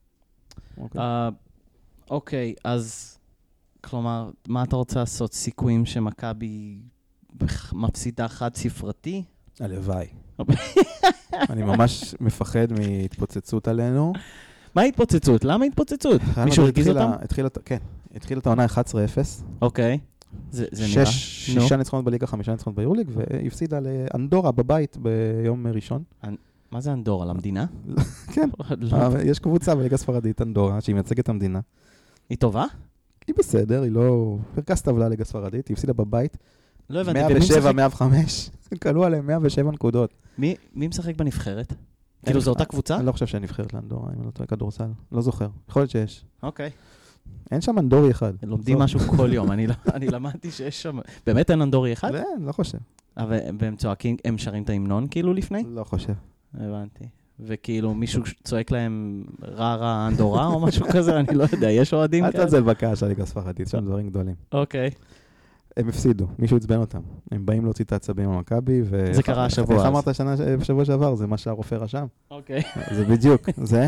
אוקיי, אז כלומר, מה אתה רוצה לעשות? סיכויים שמכבי מפסידה חד ספרתי? הלוואי. אני ממש מפחד מהתפוצצות עלינו. מה התפוצצות? למה התפוצצות? מישהו הרגיז אותם? כן, התחילה את העונה 11-0. אוקיי. זה נראה? 6 ניצחונות בליגה, 5 ניצחונות ביורליג, והפסידה לאנדורה בבית ביום ראשון. מה זה אנדורה? למדינה? כן. יש קבוצה בליגה ספרדית, אנדורה, שהיא מייצגת את המדינה. היא טובה? היא בסדר, היא לא... פרקס טבלה ליגה ספרדית, היא הפסידה בבית. לא הבנתי. 107-105. קלו עליהם 107 נקודות. מי משחק בנבחרת? כאילו זו אותה קבוצה? אני לא חושב שאני נבחרת לאנדורה, אם אני לא טועה כדורסל. לא זוכר. יכול להיות שיש. אוקיי. אין שם אנדורי אחד. לומדים משהו כל יום, אני למדתי שיש שם, באמת אין אנדורי אחד? לא חושב. והם צועקים, הם שרים את ההמנון כאילו לפני? לא חושב. הבנתי. וכאילו מישהו צועק להם רע אנדורה או משהו כזה, אני לא יודע, יש אוהדים אל כאלה? תנזל בקעה של הליגה הספרדית, שם דברים גדולים. אוקיי. הם הפסידו, מישהו עצבן אותם. הם באים להוציא את העצבים על מכבי, זה קרה השבוע. איך אמרת בשבוע שעבר? זה מה שהרופא רשם. אוקיי. זה בדיוק, זה.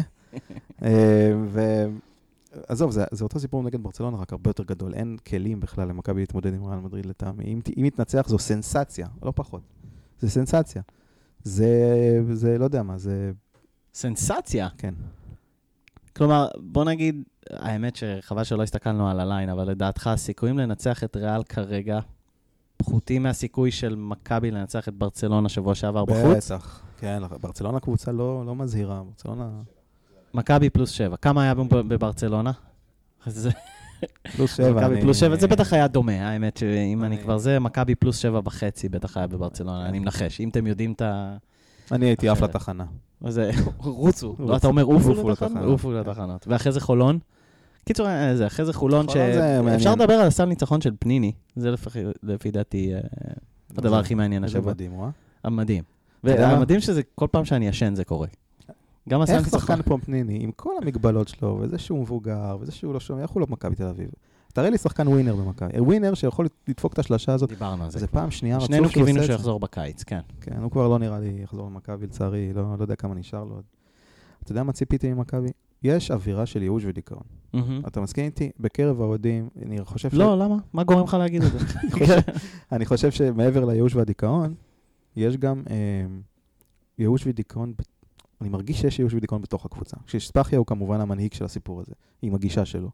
עזוב, זה אותו סיפור נגד ברצלונה, רק הרבה יותר גדול. אין כלים בכלל למכבי להתמודד עם ריאל מדריד לטעמי. אם יתנצח, זו סנסציה, לא פחות. זה סנסציה. זה לא יודע מה, זה... סנסציה? כן. כלומר, בוא נגיד, האמת שחבל שלא הסתכלנו על הליין, אבל לדעתך הסיכויים לנצח את ריאל כרגע פחותים מהסיכוי של מכבי לנצח את ברצלונה שבוע שעבר בחוץ? בטח, כן, ברצלונה קבוצה לא מזהירה, ברצלונה... מכבי פלוס 7, כמה היה בברצלונה? פלוס 7. מכבי פלוס 7, זה בטח היה דומה, האמת שאם אני כבר זה, מכבי פלוס 7.5 בטח היה בברצלונה, אני מנחש, אם אתם יודעים את ה... אני הייתי אף לתחנה. אז רוצו, אתה אומר אופו לתחנות, ואחרי זה חולון? קיצור, אחרי זה חולון אפשר לדבר על הסל ניצחון של פניני, זה לפי דעתי הדבר הכי מעניין השבוע. מדהים, וואה? המדהים. והמדהים שזה כל פעם שאני ישן זה קורה. גם הסל ניצחון. איך שחקן פה פניני, עם כל המגבלות שלו, וזה שהוא מבוגר, וזה שהוא לא שומע, איך הוא לא במכבי תל אביב? תראה לי שחקן ווינר במכבי. ווינר שיכול לדפוק את השלשה הזאת. דיברנו על זה. זה פעם שנייה רצוף. שנינו קיווינו שהוא יחזור בקיץ, כן. כן, הוא כבר לא נראה לי יחזור למכבי, לצערי, לא יודע כמה נשאר לו. אתה יודע מה ציפיתי ממכבי? יש אווירה של ייאוש ודיכאון. אתה מסכים איתי? בקרב האוהדים, אני חושב לא, למה? מה גורם לך להגיד את זה? אני חושב שמעבר לייאוש והדיכאון, יש גם ייאוש ודיכאון, אני מרגיש שיש ייאוש ודיכאון בתוך הקבוצה. כשספחיה הוא כמובן המנהיג של הסיפור הזה, עם הגישה שלו.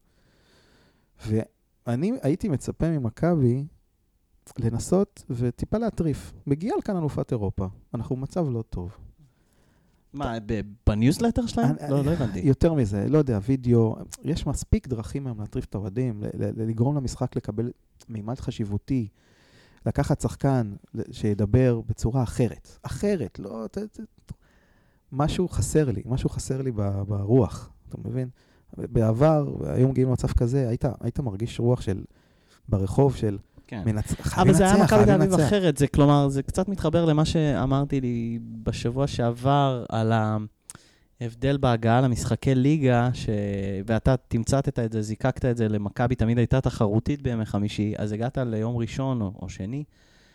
ואני הייתי מצפה ממכבי לנסות וטיפה להטריף. מגיע לכאן אלופת אירופה, אנחנו במצב לא טוב. מה, בניוזלטר שלהם? לא הבנתי. יותר מזה, לא יודע, וידאו, יש מספיק דרכים היום להטריף את האוהדים, לגרום למשחק לקבל מימד חשיבותי, לקחת שחקן שידבר בצורה אחרת, לא, משהו חסר לי ברוח, אתה מבין? בעבר, היום מגיעים למצב כזה, היית מרגיש רוח של, ברחוב של, אבל זה היה מכבי תל אביב אחרת, זה כלומר, זה קצת מתחבר למה שאמרתי לי בשבוע שעבר, על ההבדל בהגעה למשחקי ליגה, ואתה תמצאת את זה, זיקקת את זה למכבי, תמיד הייתה תחרותית בימי חמישי, אז הגעת ליום ראשון או שני,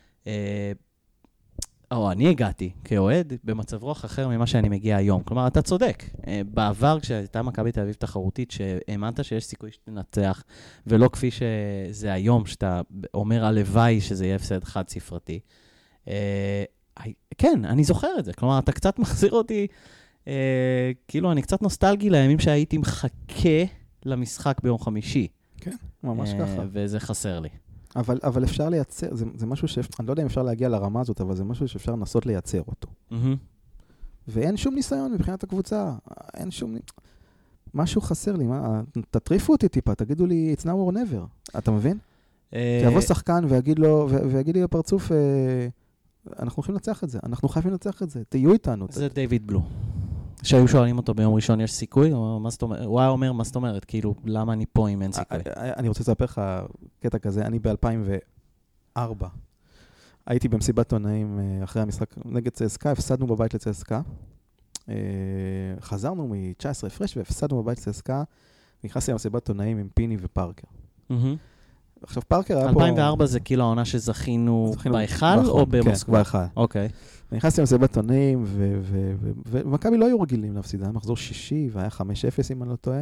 אני הגעתי כאוהד במצב רוח אחר ממה שאני מגיע היום. כלומר, אתה צודק. בעבר, כשהייתה מכבי תל אביב תחרותית, שהאמנת שיש סיכוי שתנצח, ולא כפי שזה היום, שאתה אומר הלוואי שזה יהיה הפסד חד ספרתי. כן, אני זוכר את זה. כלומר, אתה קצת מחזיר אותי, כאילו, אני קצת נוסטלגי לימים שהייתי מחכה למשחק ביום חמישי. כן, ממש ככה. וזה חסר לי. אבל אפשר לייצר, זה משהו אני לא יודע אם אפשר להגיע לרמה הזאת, אבל זה משהו שאפשר לנסות לייצר אותו. ואין שום ניסיון מבחינת הקבוצה, אין שום... משהו חסר לי, תטריפו אותי טיפה, תגידו לי, it's now or never, אתה מבין? תבוא שחקן ויגיד לי בפרצוף, אנחנו הולכים לנצח את זה, אנחנו חייבים לנצח את זה, תהיו איתנו. זה דיוויד בלו. שהיו שואלים אותו ביום ראשון, יש סיכוי? הוא היה אומר, מה זאת אומרת? כאילו, למה אני פה אם אין סיכוי? אני רוצה לספר לך קטע כזה, אני ב-2004, הייתי במסיבת עונאים אחרי המשחק נגד צסקה, הפסדנו בבית לצסקה, חזרנו מ-19 הפרש והפסדנו בבית לצסקה, נכנסתי למסיבת עונאים עם פיני ופארקר. עכשיו פארקר היה פה... 2004 זה כאילו העונה שזכינו בהיכל או במוסקבה? כן, בהיכל. אוקיי. נכנסתי למסיבת עונאים, ומכבי לא היו רגילים להפסיד, היה מחזור שישי, והיה 5-0 אם אני לא טועה.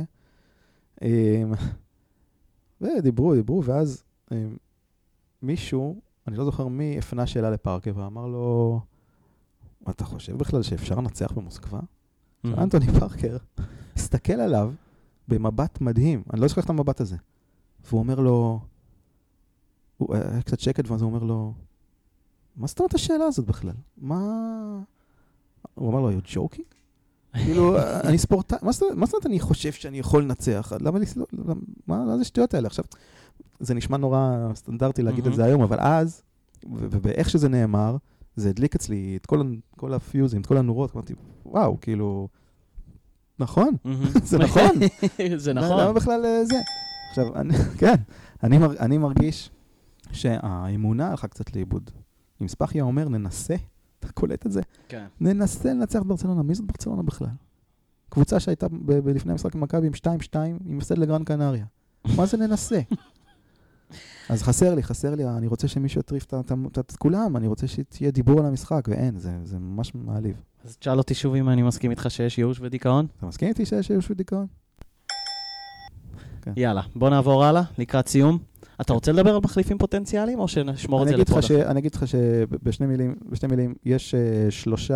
ודיברו, ואז מישהו, אני לא זוכר מי, הפנה שאלה לפארקר, ואמר לו, אתה חושב בכלל שאפשר לנצח במוסקבה? אנטוני פארקר הסתכל עליו במבט מדהים, אני לא אשכח את המבט הזה. והוא אומר לו, הוא היה קצת שקט, ואז הוא אומר לו, מה זאת אומרת השאלה הזאת בכלל? מה... הוא אמר לו, you're joking? כאילו, אני ספורטאי, מה זאת אומרת אני חושב שאני יכול לנצח? למה לי... מה זה שטויות האלה? עכשיו, זה נשמע נורא סטנדרטי להגיד את זה היום, אבל אז, ובאיך שזה נאמר, זה הדליק אצלי את כל הפיוזים, את כל הנורות, אמרתי, וואו, כאילו... נכון, זה נכון. זה נכון. למה בכלל זה? עכשיו, כן, אני מרגיש שהאמונה הלכה קצת לאיבוד. אם ספחיה אומר, ננסה, אתה קולט את זה? כן. ננסה לנצח את ברצלונה. מי זאת ברצלונה בכלל? קבוצה שהייתה לפני המשחק עם מכבי עם 2-2, עם הפסד לגרן קנריה. מה זה ננסה? אז חסר לי, אני רוצה שמישהו יטריף את כולם, אני רוצה שתהיה דיבור על המשחק, ואין, זה ממש מעליב. אז תשאל אותי שוב אם אני מסכים איתך שיש ייאוש ודיכאון? אתה מסכים איתי שיש ייאוש ודיכאון? יאללה, בוא נעבור הלאה, לקראת סיום. אתה רוצה לדבר על מחליפים פוטנציאליים, או שנשמור את זה לפוד אחר? אני אגיד לך שבשני מילים, יש 3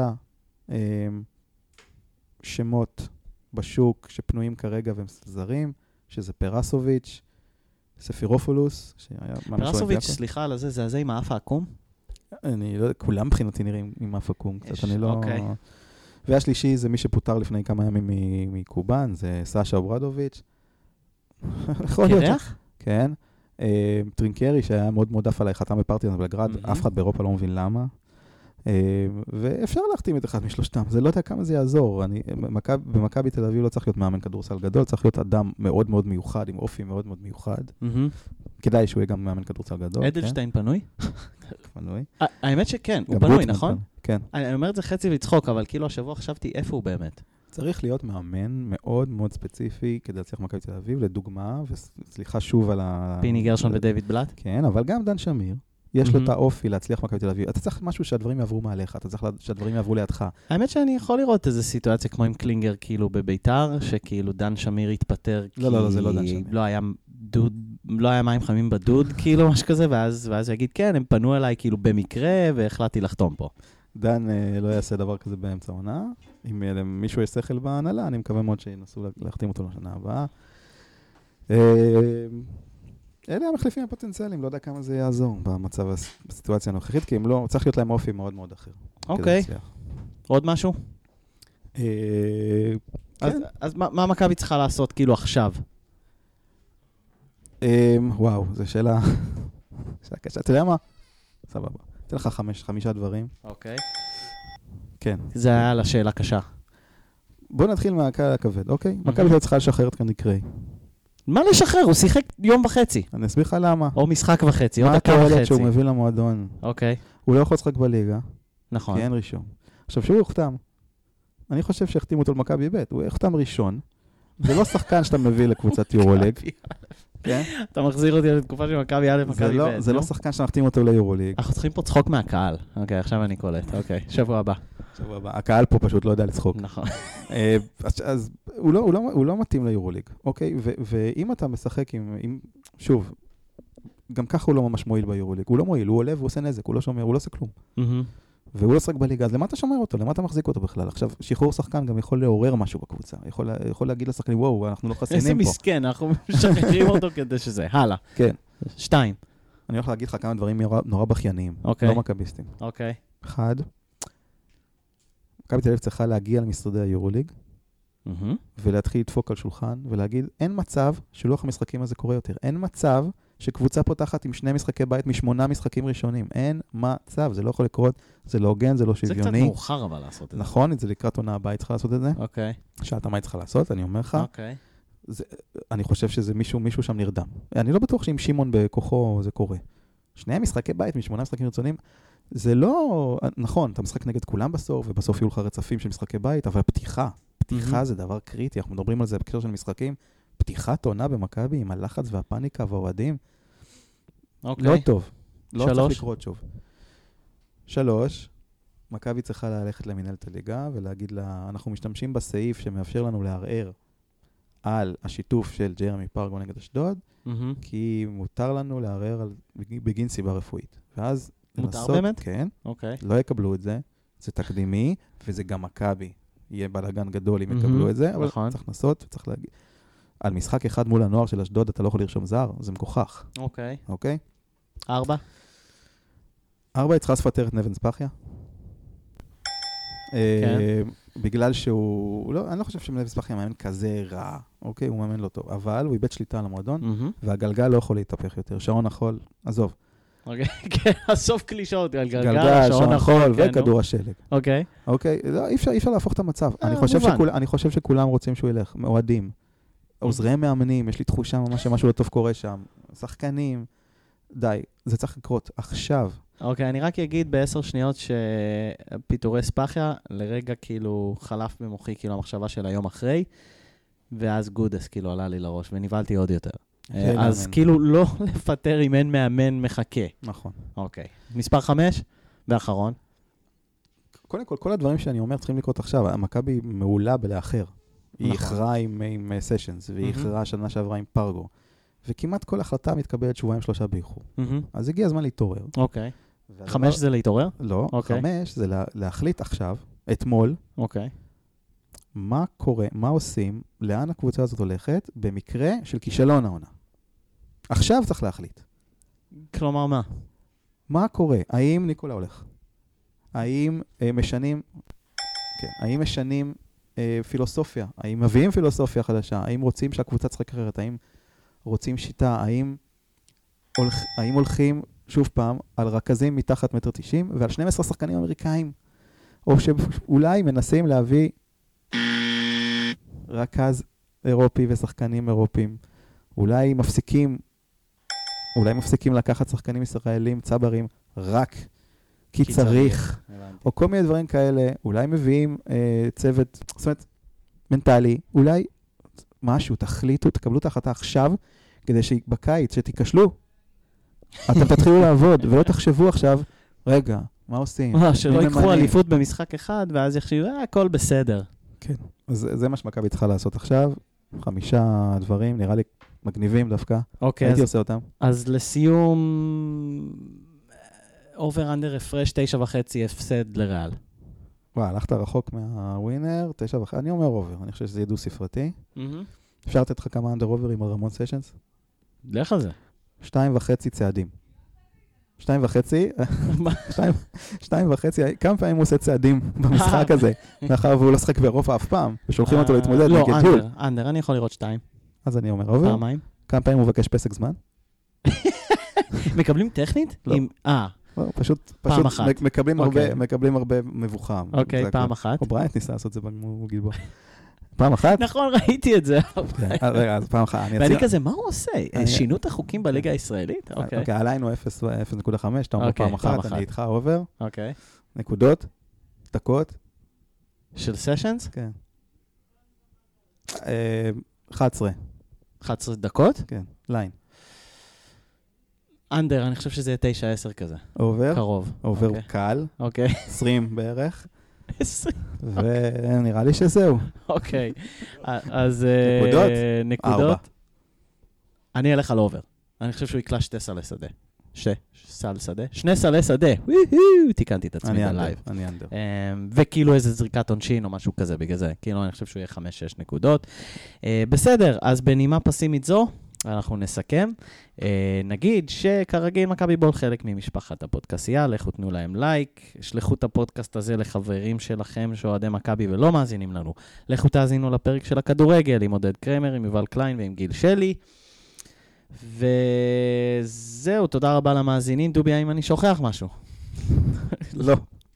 שמות בשוק שפנויים כרגע והם זרים, שזה פרסוביץ', ספירופולוס, שהיה פרסוביץ', סליחה על זה, זה הזה עם האף העקום? אני לא יודע, כולם מבחינתי נראים עם אף עקום, קצת אני לא... אוקיי. והשלישי זה מי שפוטר לפני כמה ימים מקובן, זה סאשה אוברדוביץ'. קרח? כן. טרינקרי שהיה מאוד מועדף עליי, חתם בפרטיזן בלגרד, אף אחד באירופה לא מבין למה. ואפשר להחתים את אחד משלושתם, זה לא יודע כמה זה יעזור. במכבי תל אביב לא צריך להיות מאמן כדורסל גדול, צריך להיות אדם מאוד מאוד מיוחד, עם אופי מאוד מאוד מיוחד. כדאי שהוא יהיה גם מאמן כדורסל גדול. אדלשטיין פנוי? פנוי. האמת שכן, הוא פנוי, נכון? כן. אני אומר את זה חצי לצחוק, אבל כאילו השבוע חשבתי איפה הוא באמת. צריך להיות מאמן מאוד מאוד ספציפי כדי להצליח מכבי תל אביב, לדוגמה, וסליחה שוב על פיני גרשון ודייוויד בלאט? כן, אבל גם דן שמיר. יש לו את האופי להצליח מכבי תל אביב. אתה צריך משהו שהדברים יעברו מעליך, אתה צריך שהדברים יעברו לידך. האמת שאני יכול לראות איזו סיטואציה כמו עם קלינגר כאילו בביתר, שכאילו דן שמיר התפטר כי לא, זה לא דן שמיר. לא היה מים חמים בדוד, כאילו משהו כזה, ואז הוא יגיד, כן, הם פנו אליי כאילו במקרה, והחלטתי לחתום פה. דן לא יעשה דבר כזה באמצע העונה. אם מישהו יש שכל בהנהלה, אני מקווה מאוד שינסו להחתים אותו לשנה הבאה. אלה המחליפים הפוטנציאליים, לא יודע כמה זה יעזור במצב, בסיטואציה הנוכחית, כי הם לא, צריך להיות להם אופי מאוד מאוד אחר. אוקיי. עוד משהו? אז מה מכבי צריכה לעשות כאילו עכשיו? וואו, זו שאלה קשה. אתה יודע מה? סבבה. אתן לך 5 דברים. אוקיי. כן. זה היה לה שאלה קשה. בוא נתחיל מהקהל הכבד, אוקיי? מכבי צריכה לשחרר את קניקריי. מה לשחרר? הוא שיחק יום וחצי. אני אסביר לך למה. או משחק וחצי, או מה דקה וחצי. התועלת שהוא מביא למועדון? אוקיי. הוא לא יכול לשחק בליגה. נכון. כי אין ראשון. עכשיו, שהוא יוחתם. אני חושב שהחתימו אותו למכבי ב', הוא יוחתם ראשון. זה לא שחקן שאתה מביא לקבוצת יורוליג. אתה מחזיר אותי לתקופה של מכבי א', מכבי ב'. זה לא שחקן שאתה מחתים אותו ליורוליג. אנחנו צריכים פה צחוק מהקהל. אוקיי, עכשיו אני קולט. אוקיי, שבוע הבא. הקהל פה פשוט לא יודע לצחוק. נכון. אז הוא לא מתאים ליורוליג, אוקיי? ואם אתה משחק עם... שוב, גם ככה הוא לא ממש מועיל ביורוליג. הוא לא מועיל, הוא עולה והוא עושה נזק, הוא לא שומר, הוא לא עושה כלום. והוא לא שחק בליגה, אז למה אתה שומר אותו? למה אתה מחזיק אותו בכלל? עכשיו, שחרור שחקן גם יכול לעורר משהו בקבוצה. יכול להגיד לשחקנים, וואו, אנחנו לא חסינים פה. איזה מסכן, אנחנו משחררים אותו כדי שזה. הלאה. כן. 2. אני הולך להגיד לך כמה דברים נורא בכייניים. אוקיי. לא מכביסטים. אוקיי. 1. מכבי תל אביב צריכה להגיע למשרדי היורוליג, ולהתחיל לדפוק על שולחן, ולהגיד, אין מצב שלוח המשחקים הזה קורה יותר. אין מצב שקבוצה פותחת עם 2 משחקי בית מ8 משחקים ראשונים. אין מצב, זה לא יכול לקרות, זה לא הוגן, זה לא שוויוני. זה קצת מאוחר אבל לעשות את זה. נכון, זה לקראת עונה הבאה צריכה לעשות את זה. אוקיי. שאלת מה היא צריכה לעשות, אני אומר לך. אוקיי. אני חושב שזה מישהו שם נרדם. אני לא בטוח שאם שמעון בכוחו זה קורה. 2 משחקי בית מ8 משחקים רצוניים, זה לא... נכון, אתה משחק נגד כולם בסוף, ובסוף יהיו לך רצפים של משחקי בית, אבל פתיחה זה דבר קריטי, אנחנו מדברים על זה בקשר של משחקים, פתיחת עונה במכבי עם הלחץ והפאניקה והאוהדים, לא טוב. לא צריך לקרות שוב. 3, מכבי צריכה ללכת למנהלת הליגה ולהגיד לה, אנחנו משתמשים בסעיף שמאפשר לנו לערער על השיתוף של ג'רמי פרגו נגד אשדוד, כי מותר לנו לערער בגין סיבה רפואית. ואז מותר באמת? כן. אוקיי. לא יקבלו את זה, זה תקדימי, וזה גם מכבי. יהיה בלגן גדול אם יקבלו את זה, אבל צריך לנסות, צריך להגיד. על משחק אחד מול הנוער של אשדוד, אתה לא יכול לרשום זר, זה מכוחך. אוקיי. אוקיי? 4. 4, היא צריכה לפטר את נבן ספחיה. בגלל שהוא, אני לא חושב שנבן ספחיה מאמן כזה רע, אוקיי? הוא מאמן לא טוב, אבל הוא איבד שליטה על המועדון, והגלגל לא יכול להתהפך יותר. שעון החול, עזוב. כן, הסוף קלישות, גלגל, שעון החול וכדור השלג. אוקיי. אוקיי, אי אפשר להפוך את המצב. אני חושב שכולם רוצים שהוא ילך, מאוהדים. עוזריהם מאמנים, יש לי תחושה ממש שמשהו לא טוב קורה שם. שחקנים, די, זה צריך לקרות עכשיו. אוקיי, אני רק אגיד ב10 שניות שפיטורי ספחיה, לרגע כאילו חלף במוחי כאילו המחשבה של היום אחרי, ואז גודס כאילו עלה לי לראש, ונבלתי עוד יותר. אז כאילו לא לפטר אם אין מאמן מחכה. נכון. אוקיי. מספר 5, ואחרון. קודם כל, כל הדברים שאני אומר צריכים לקרות עכשיו. המכבי מעולה בלאחר. היא איחרה עם סשנס, והיא איחרה שנה שעברה עם פרגו. וכמעט כל החלטה מתקבלת 2-3 באיחור. אז הגיע הזמן להתעורר. אוקיי. 5 זה להתעורר? לא, 5 זה להחליט עכשיו, אתמול, אוקיי. מה קורה, מה עושים, לאן הקבוצה הזאת הולכת, במקרה של כישלון העונה. עכשיו צריך להחליט. כלומר מה? מה קורה? האם ניקולה הולך? האם משנים, כן, האם משנים פילוסופיה? האם מביאים פילוסופיה חדשה? האם רוצים שהקבוצה תשחק אחרת? האם רוצים שיטה? האם הולכים שוב פעם על רכזים מתחת 1.90 מטר ועל 12 שחקנים אמריקאים? או שאולי מנסים להביא רכז אירופי ושחקנים אירופיים. אולי מפסיקים לקחת שחקנים ישראלים, צברים, רק כי צריך. או כל מיני דברים כאלה. אולי מביאים צוות, זאת אומרת, מנטלי. אולי משהו, תחליטו, תקבלו את ההחלטה עכשיו, כדי שבקיץ, שתיכשלו, אתם תתחילו לעבוד, ולא תחשבו עכשיו, רגע, מה עושים? שלא ייקחו אליפות במשחק אחד, ואז יחשבו, הכל בסדר. כן, אז זה מה שמכבי צריכה לעשות עכשיו. 5 דברים, נראה לי מגניבים דווקא. אוקיי. הייתי עושה אותם. אז לסיום, אובר אנדר הפרש 9.5 הפסד לריאל. הלכת רחוק מהווינר, 9.5, אני אומר אובר, אני חושב שזה ידעו ספרתי. אפשר לתת לך כמה אנדר אוברים על רמון סשנס? לך על זה. 2.5 צעדים. 2.5, כמה פעמים הוא עושה צעדים במשחק הזה, מאחר והוא לא שחק באירופה אף פעם, ושולחים אותו להתמודד נגד יול. לא, אנדר, אני יכול לראות 2. אז אני אומר אובר. פעמיים. כמה פעמים הוא מבקש פסק זמן? מקבלים טכנית? לא. פשוט מקבלים הרבה מבוכה. אוקיי, פעם אחת. או בריינט ניסה לעשות את זה בגמור גלבוע. פעם אחת? נכון, ראיתי את זה. רגע, אז פעם אחת. ואני כזה, מה הוא עושה? שינו את החוקים בליגה הישראלית? אוקיי, עלינו 0.5, אתה אומר פעם אחת, אני איתך אובר. אוקיי. נקודות, דקות. של סשנס? כן. 11. 11 דקות? כן, ליין. אנדר, אני חושב שזה 9-10 כזה. אובר? קרוב. אובר קל. אוקיי. 20 בערך. 20. ונראה לי שזהו. אוקיי. אז נקודות? 4. אני אלך על אובר. אני חושב שהוא יקלה 2 סלי שדה. 2 סלי שדה. תיקנתי את עצמי בלייב. אני אנדר. וכאילו איזה זריקת עונשין או משהו כזה בגלל זה. כאילו אני חושב שהוא יהיה 5-6 נקודות. בסדר, אז בנימה פסימית זו, אנחנו נסכם. נגיד שכרגיל מכבי בול חלק ממשפחת הפודקאסייה, לכו תנו להם לייק, שלחו את הפודקאסט הזה לחברים שלכם שאוהדי מכבי ולא מאזינים לנו. לכו תאזינו לפרק של הכדורגל עם עודד קרמר, עם יובל קליין ועם גיל שלי. וזהו, תודה רבה למאזינים. דובי, האם אני שוכח משהו? לא.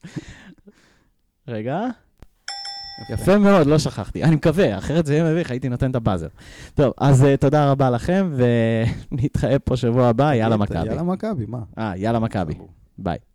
רגע. יפה מאוד, לא שכחתי. אני מקווה, אחרת זה יהיה מביך, הייתי נותן את הבאזר. טוב, אז תודה רבה לכם, ונתראה פה שבוע הבא. יאללה מכבי. יאללה מכבי, מה? יאללה מכבי. ביי.